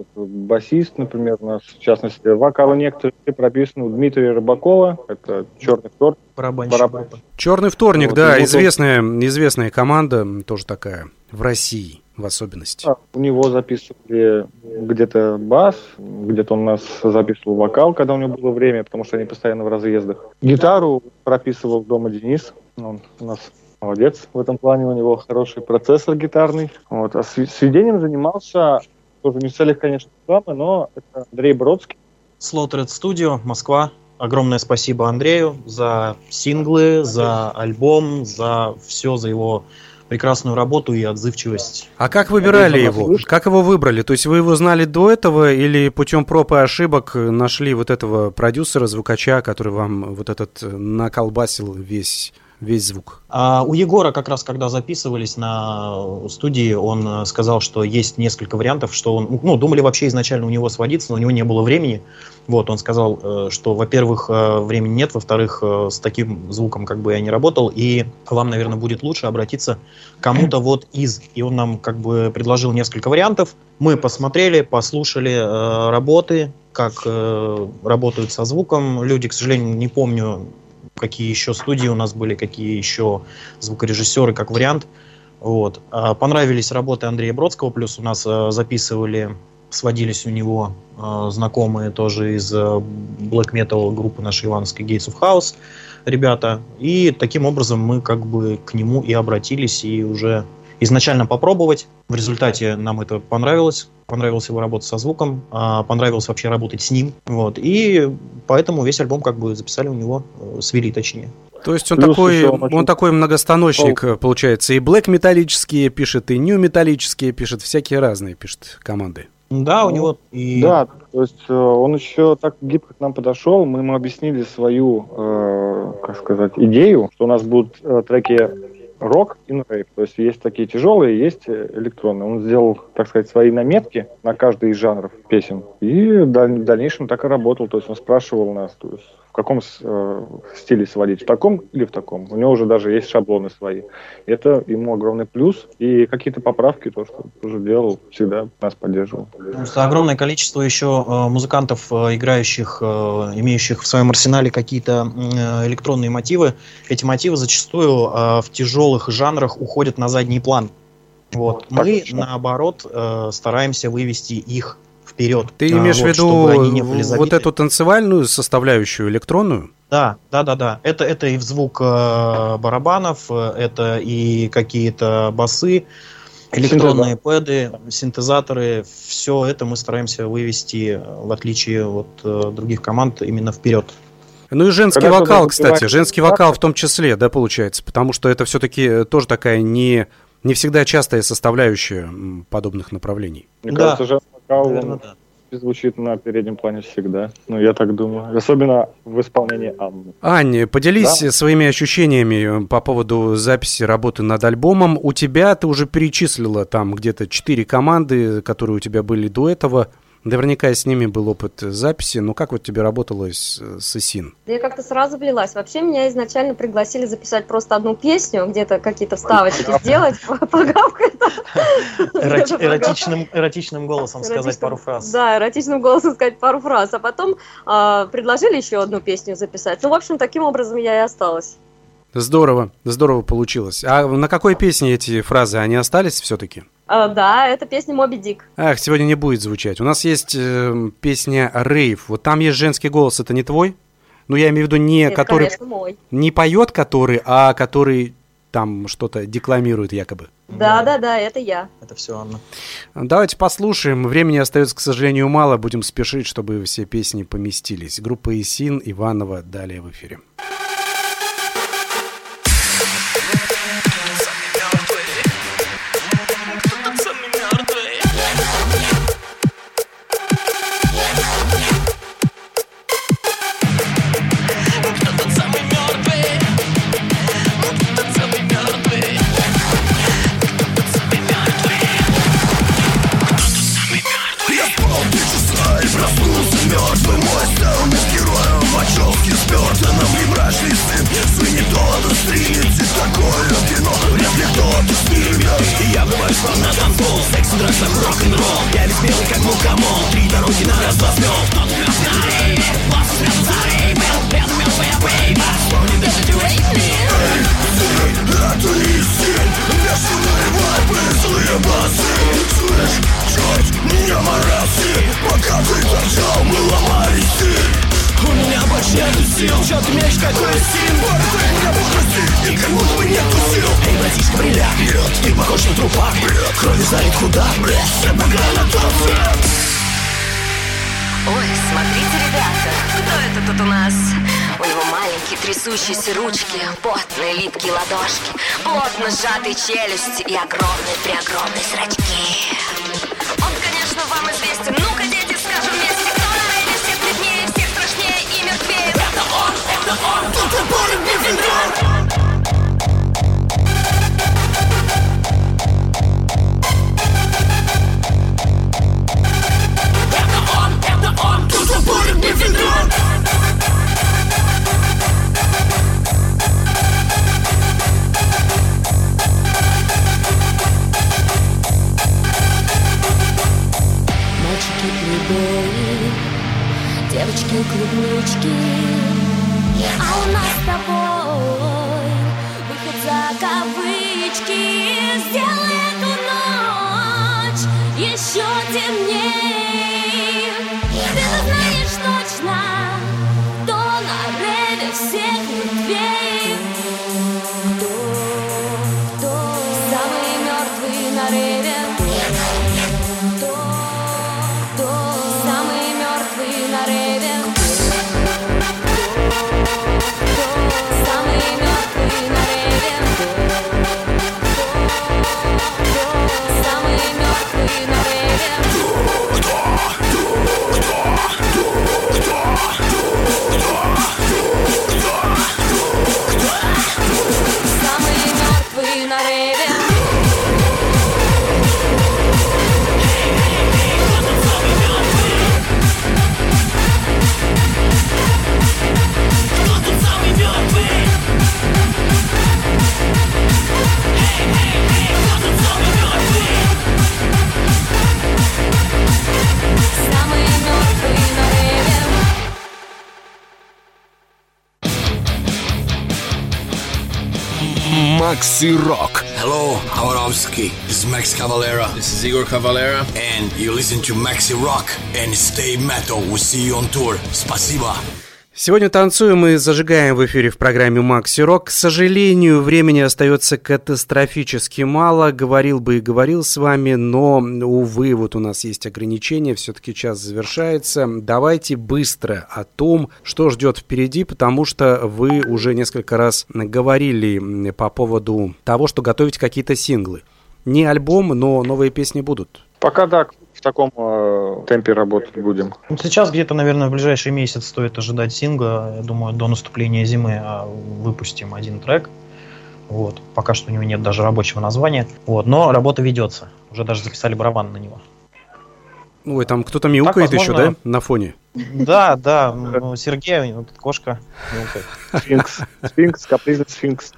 S4: басист, например, у нас, в частности, вокалы некоторые прописаны у Дмитрия Рыбакова. Это «Черный вторник».
S5: Барабанщик.
S3: «Черный вторник»,
S4: вот,
S3: да, известная, тоже... известная команда, тоже такая, в России в особенности.
S4: Да, у него записывали где-то бас, где-то он у нас записывал вокал, когда у него было время, потому что они постоянно в разъездах. Гитару прописывал дома Денис, он у нас молодец в этом плане, у него хороший процессор гитарный. Вот. А сведением занимался, тоже не в целях, конечно, рекламы, но это Андрей Бродский.
S5: Slaughtered Studio, Москва. Огромное спасибо Андрею за синглы, за альбом, за все, за его прекрасную работу и отзывчивость.
S3: А как выбирали его? Как его выбрали? То есть вы его знали до этого или путем проб и ошибок нашли вот этого продюсера, звукача, который вам вот этот наколбасил весь... весь звук?
S5: А у Егора как раз, когда записывались на студии, он сказал, что есть несколько вариантов, что он, ну, думали вообще изначально у него сводиться, но у него не было времени. Вот, он сказал, что, во-первых, времени нет, во-вторых, с таким звуком как бы я не работал, и вам, наверное, будет лучше обратиться к кому-то вот из. И он нам как бы предложил несколько вариантов. Мы посмотрели, послушали э, работы, как э, работают со звуком. Люди, к сожалению, не помню, какие еще студии у нас были, какие еще звукорежиссеры, как вариант. Вот. А понравились работы Андрея Бродского, плюс у нас а, записывали, сводились у него а, знакомые тоже из а, black metal группы нашей ивановской Gates of House ребята. И таким образом мы как бы к нему и обратились, и уже изначально попробовать. В результате нам это понравилось. Понравилась его работа со звуком, понравилось вообще работать с ним. Вот. И поэтому весь альбом как бы записали у него, свели точнее.
S3: То есть он такой, он такой многостаночник, О. получается. И блэк металлические пишет, и нью металлические пишет, всякие разные пишет команды.
S5: Да, у него и...
S4: Да, то есть он еще так гибко к нам подошел, мы ему объяснили свою, э, как сказать, идею, что у нас будут э, треки рок и рейв. То есть есть такие тяжелые, есть электронные. Он сделал, так сказать, свои наметки на каждый из жанров песен. И в дальнейшем так и работал. То есть он спрашивал нас, то есть, в каком э, стиле сводить, в таком или в таком. У него уже даже есть шаблоны свои. Это ему огромный плюс. И какие-то поправки, то, что тоже делал, всегда нас поддерживал.
S5: Огромное количество еще э, музыкантов, э, играющих, э, имеющих в своем арсенале какие-то э, электронные мотивы. Эти мотивы зачастую э, в тяжелых жанрах уходят на задний план. Вот. Мы, наоборот, э, стараемся вывести их вперед.
S3: Ты имеешь вот, в виду вот эту танцевальную составляющую, электронную?
S5: Да, да, да, да. Это, это и в звук э, барабанов, это и какие-то басы, электронные пэды, синтезаторы. Все это мы стараемся вывести, в отличие от э, других команд, именно вперед.
S3: Ну и женский Когда вокал, кстати, женский вокал в том числе, да, получается, потому что это все-таки тоже такая не, не всегда частая составляющая подобных направлений.
S4: Мне да. кажется, женский вокал, он, принципе, звучит на переднем плане всегда. Ну, я так думаю. Особенно в исполнении Анны.
S3: Ань, поделись
S4: Да.
S3: своими ощущениями по поводу записи работы над альбомом. У тебя, ты уже перечислила там где-то четыре команды, которые у тебя были до этого. Наверняка с ними был опыт записи. Но как вот тебе работалось с Исин?
S8: Да я как-то сразу влилась. Вообще меня изначально пригласили записать просто одну песню, где-то какие-то вставочки сделать, погавкать.
S5: Эроти- эротичным, эротичным голосом сказать пару фраз.
S8: Да, эротичным голосом сказать пару фраз. А потом а, предложили еще одну песню записать. Ну, в общем, таким образом я и осталась.
S3: Здорово, здорово получилось. А на какой песне эти фразы, они остались все-таки?
S8: А, да, это песня «Моби Дик».
S3: Ах, сегодня не будет звучать. У нас есть э, песня «Рейв». Вот там есть женский голос, это не твой? Ну, я имею в виду не
S8: Это,
S3: который...
S8: конечно, мой.
S3: Не поет который, а который там что-то декламирует якобы.
S8: Да, да, да, это я.
S5: Это все Анна.
S3: Давайте послушаем. Времени остается, к сожалению, мало. Будем спешить, чтобы все песни поместились. Группа Исин, Иванова, далее в эфире.
S11: Ой, смотрите, ребята, кто это тут у нас? У него маленькие трясущиеся ручки, потные липкие ладошки, плотно сжатые челюсти и огромные-преогромные зрачки. Он, конечно, вам известен. Ну-ка, дети, скажем вместе, кто на рейве всех беднее, всех страшнее и мертвее. Это он, это он, тут упорит Биффиндрон.
S6: Девочки-клубнички, а у нас с тобой выход за кавычки. Сделай эту ночь еще темней. Ты же знаешь точно, кто на рейве всех мертвей. Кто, кто самый мертвый на рейве? Кто, кто самый мертвый на рейве?
S2: Макси Рок.
S7: Hello, Хабаровский. This is Max Cavalera. This is Igor Cavalera. And you listen to Maxi Rock and Stay Metal. We'll see you on tour. Спасибо.
S3: Сегодня танцуем и зажигаем в эфире в программе Макси Рок. К сожалению, времени остается катастрофически мало. Говорил бы и говорил с вами, но, увы, вот у нас есть ограничения. Все-таки час завершается. Давайте быстро о том, что ждет впереди, потому что вы уже несколько раз говорили по поводу того, что готовите какие-то синглы. Не альбом, но новые песни будут.
S4: Пока да, таком э, темпе работать будем.
S5: Сейчас где-то, наверное, в ближайший месяц стоит ожидать сингла. Я думаю, до наступления зимы выпустим один трек. Вот. Пока что у него нет даже рабочего названия. Вот. Но работа ведется. Уже даже записали барабан на него.
S3: Ой, там кто-то мяукает так, возможно... еще, да, на фоне?
S5: Да, да. Ну, Сергей, вот кошка мяукает.
S4: Сфинкс. Сфинкс, капризный сфинкс.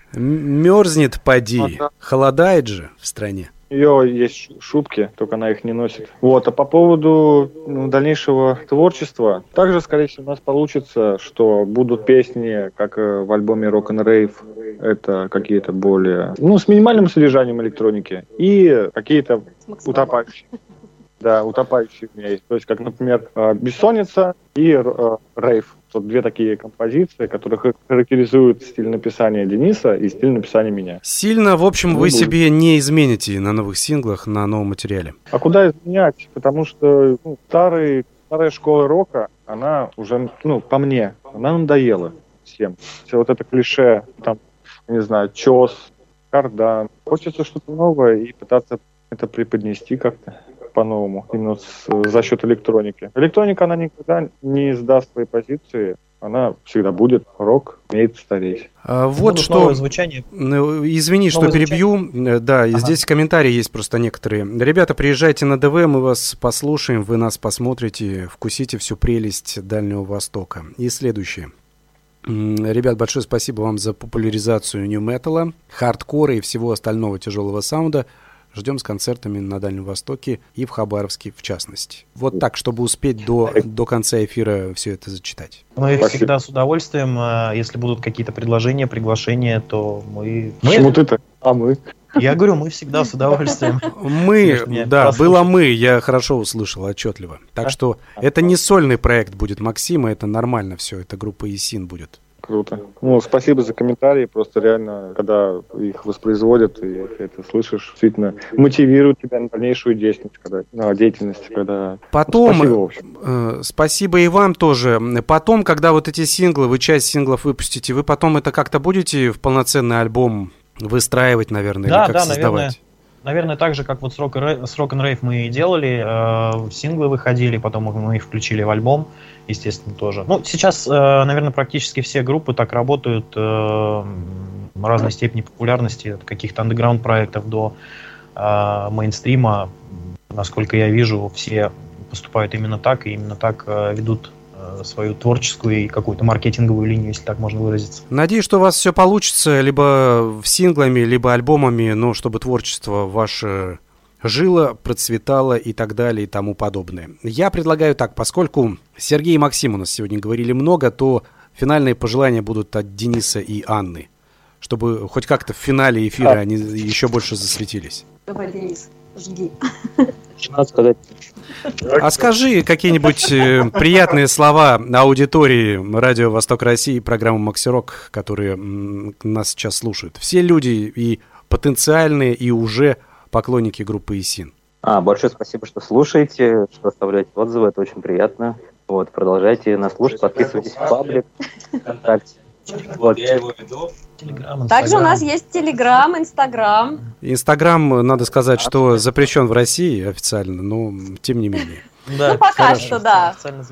S3: Мерзнет, поди. Холодает же в стране.
S4: У нее есть шубки, только она их не носит. Вот, а по поводу ну, дальнейшего творчества, также, скорее всего, у нас получится, что будут песни, как в альбоме Rock and Rave, это какие-то более, ну, с минимальным содержанием электроники, и какие-то утопающие. Да, утопающие у меня есть. То есть, как, например, «Бессонница» и «Рейв». Вот две такие композиции, которые характеризуют стиль написания Дениса и стиль написания меня.
S3: Сильно, в общем, ну, вы будет. себе не измените на новых синглах, на новом материале.
S4: А куда изменять? Потому что ну, старый, старая школа рока, она уже, ну, по мне, она надоела всем. Все вот это клише, там, не знаю, чес, кардан. Хочется что-то новое и пытаться это преподнести как-то по-новому, именно с, за счет электроники. Электроника, она никогда не сдаст свои позиции, она всегда будет, рок умеет стареть.
S3: А, вот
S5: Будут
S3: что,
S5: звучание.
S3: Извини, новое что перебью, звучание. Да, ага. Здесь комментарии есть просто некоторые. Ребята, приезжайте на ДВ, мы вас послушаем, вы нас посмотрите, вкусите всю прелесть Дальнего Востока. И следующее. Ребят, большое спасибо вам за популяризацию нью-металла, хардкора и всего остального тяжелого саунда. Ждем с концертами на Дальнем Востоке и в Хабаровске в частности. Вот так, чтобы успеть до, до конца эфира все это зачитать.
S5: Мы Спасибо. всегда с удовольствием. Если будут какие-то предложения, приглашения, то мы...
S4: Почему ты-то? А мы?
S5: Я говорю, мы всегда с удовольствием.
S3: Мы, да, было мы, я хорошо услышал, отчетливо. Так что это не сольный проект будет Максима, это нормально все, это группа ИСИН будет.
S4: Круто. Ну, спасибо за комментарии. Просто реально, когда их воспроизводят, и ты это слышишь, действительно мотивирует тебя на дальнейшую деятельность, когда, на деятельность, когда...
S3: Потом, спасибо, в общем. Э, спасибо и вам тоже. Потом, когда вот эти синглы, вы часть синглов выпустите, вы потом это как-то будете в полноценный альбом выстраивать, наверное,
S5: да,
S3: или как
S5: да,
S3: создавать?
S5: Наверное. Наверное, так же, как вот с Rock and Rave мы и делали, э, синглы выходили, потом мы их включили в альбом, естественно, тоже. Ну, сейчас, э, наверное, практически все группы так работают э, в разной степени популярности, от каких-то андеграунд-проектов до э, мейнстрима. Насколько я вижу, все поступают именно так, и именно так э, ведут свою творческую и какую-то маркетинговую линию, если так можно выразиться.
S3: Надеюсь, что у вас все получится либо в синглами, либо альбомами, но чтобы творчество ваше жило, процветало и так далее и тому подобное. Я предлагаю так, поскольку Сергей и Максим у нас сегодня говорили много, то финальные пожелания будут от Дениса и Анны, чтобы хоть как-то в финале эфира а. они еще больше засветились.
S8: Давай, Денис, жги.
S9: Надо сказать.
S3: А скажи какие-нибудь э, приятные слова аудитории Радио Восток России и программы Макси Рок, которые м, нас сейчас слушают. Все люди и потенциальные, и уже поклонники группы ИСИН.
S9: А, большое спасибо, что слушаете, что оставляете отзывы, это очень приятно. Вот, продолжайте нас слушать, подписывайтесь в паблик, ВКонтакте. Вот. Я его веду.
S8: Телеграм, Также у нас есть Телеграм, Инстаграм.
S3: Инстаграм, надо сказать, что запрещен в России официально, но тем не менее.
S8: Да, ну, пока хорошо. Что, да.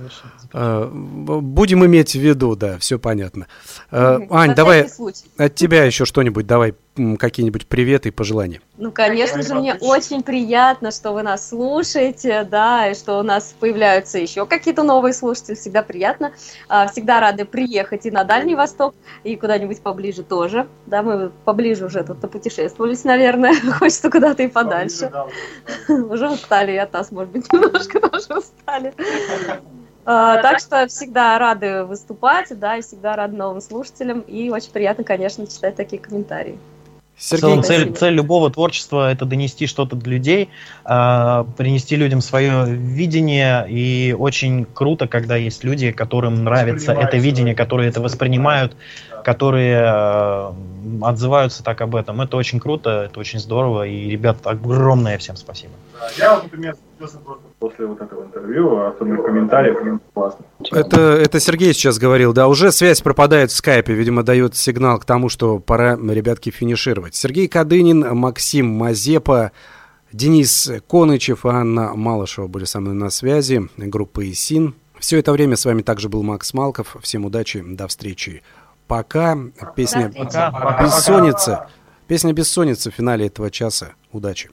S3: Будем иметь в виду, да, все понятно. Mm-hmm. Ань, давай от тебя еще что-нибудь, давай какие-нибудь приветы и пожелания.
S8: Ну, конечно же, мне очень приятно, что вы нас слушаете, да, и что у нас появляются еще какие-то новые слушатели, всегда приятно. Всегда рады приехать и на Дальний Восток, и куда-нибудь поближе тоже, да, мы поближе уже тут попутешествовались, наверное, хочется куда-то и подальше. Уже устали, и от нас, может быть, немножко тоже устали. Uh, так что всегда рады выступать, да, и всегда рады новым слушателям, и очень приятно, конечно, читать такие комментарии.
S5: Сергей, цель, цель любого творчества – это донести что-то до людей, э, принести людям свое видение, и очень круто, когда есть люди, которым нравится это видение, которые это воспринимают, которые э, отзываются так об этом. Это очень круто, это очень здорово, и, ребят, огромное всем спасибо.
S4: Я вот, например, просто после вот этого интервью, особенно комментариев, классно.
S3: Это, это Сергей сейчас говорил, да, уже связь пропадает в скайпе, видимо, дает сигнал к тому, что пора, ребятки, финишировать. Сергей Кадынин, Максим Мазепа, Денис Конычев и Анна Малышева были со мной на связи, группа ИСИН. Все это время с вами также был Макс Малков. Всем удачи, до встречи. Пока. Песня
S5: Пока. Пока.
S3: «Бессонница». Песня «Бессонница» в финале этого часа. Удачи.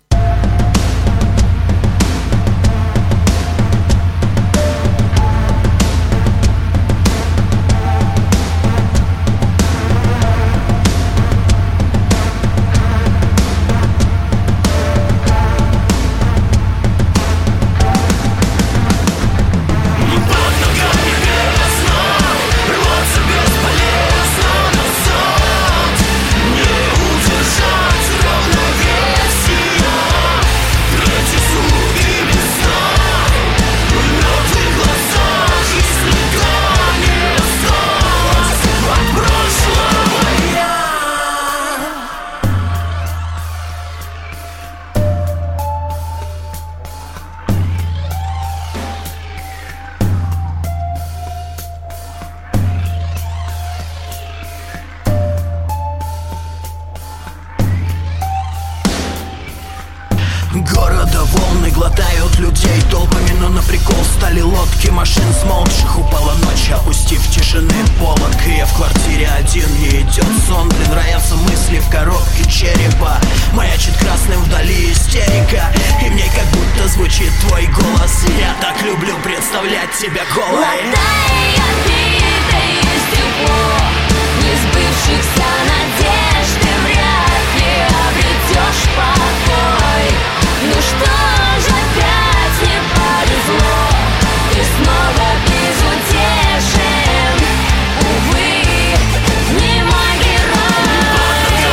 S7: Города волны глотают людей толпами, но на прикол стали лодки машин смолкших. Упала ночь, опустив тишины полок, и я в квартире один, не идет сон. Блин, роятся мысли в коробке черепа, маячит красным вдали истерика, и мне как будто звучит твой голос. Я так люблю представлять тебя голой.
S6: Глотай обиды и тепло несбывшихся надежд, ты вряд ли обретешь покой. Ну что ж, опять не повезло, ты снова безутешен. Увы, не мой герой.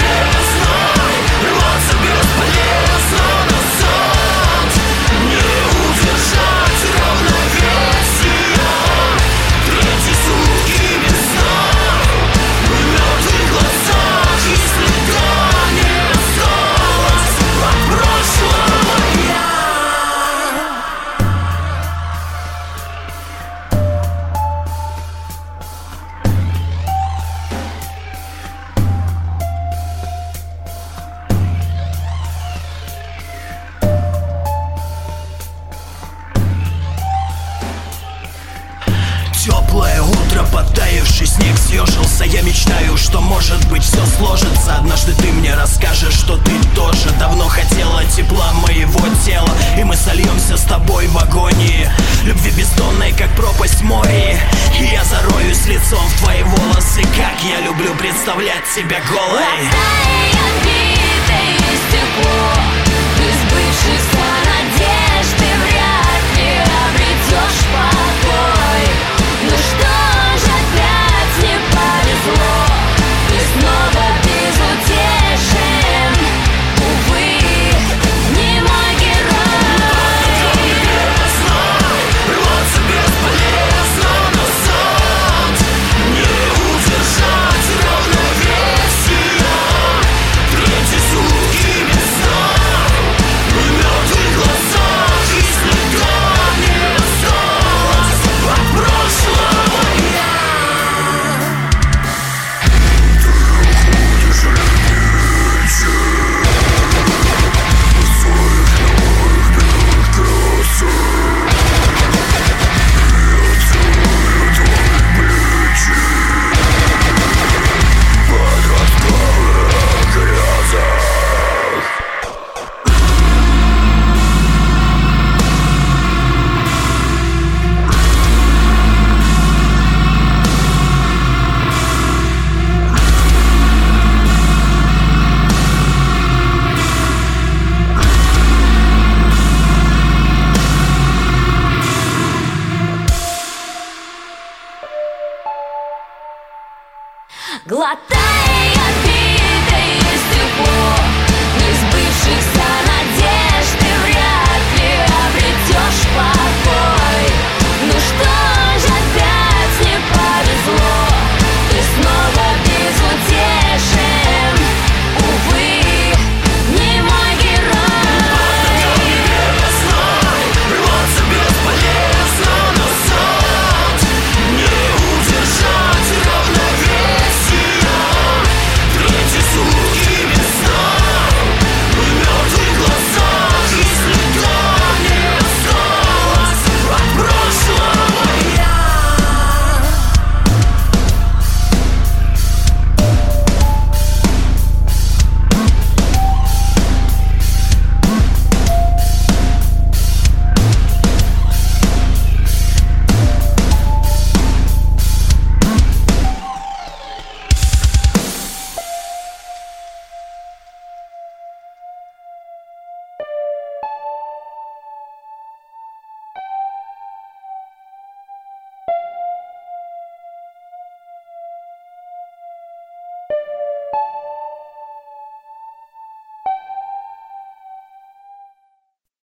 S7: Рваться бесполезно назад, не удержать равновесия. Третьи сутки без сна, в мертвых глазах и следа не осталось от прошлого я. Теплое утро, подтаявший снег съежился. Я мечтаю, что может быть все сложится. Однажды ты мне расскажешь, что ты тоже давно хотела тепла моего тела, и мы сольемся с тобой в агонии любви бездонной, как пропасть в море. И я зароюсь лицом в твои волосы, как я люблю представлять тебя голой.
S6: Глотай обиды и тепло несбывшихся надежд, ты вряд ли обретешь покой. Ну что ж, опять не повезло, ты снова безутешен. Увы, не мой герой.
S7: Рваться бесполезно назад, не удержать равновесия. Третьи сутки без сна, в мертвых глазах и следа не осталось от прошлого я. Ты уходишь лететь в своих новых белых кроссах. Я целую твои плечи под расплавленных грязах.
S6: Глотай обиды и тепло несбывшихся надежд, ты вряд ли обретешь покой.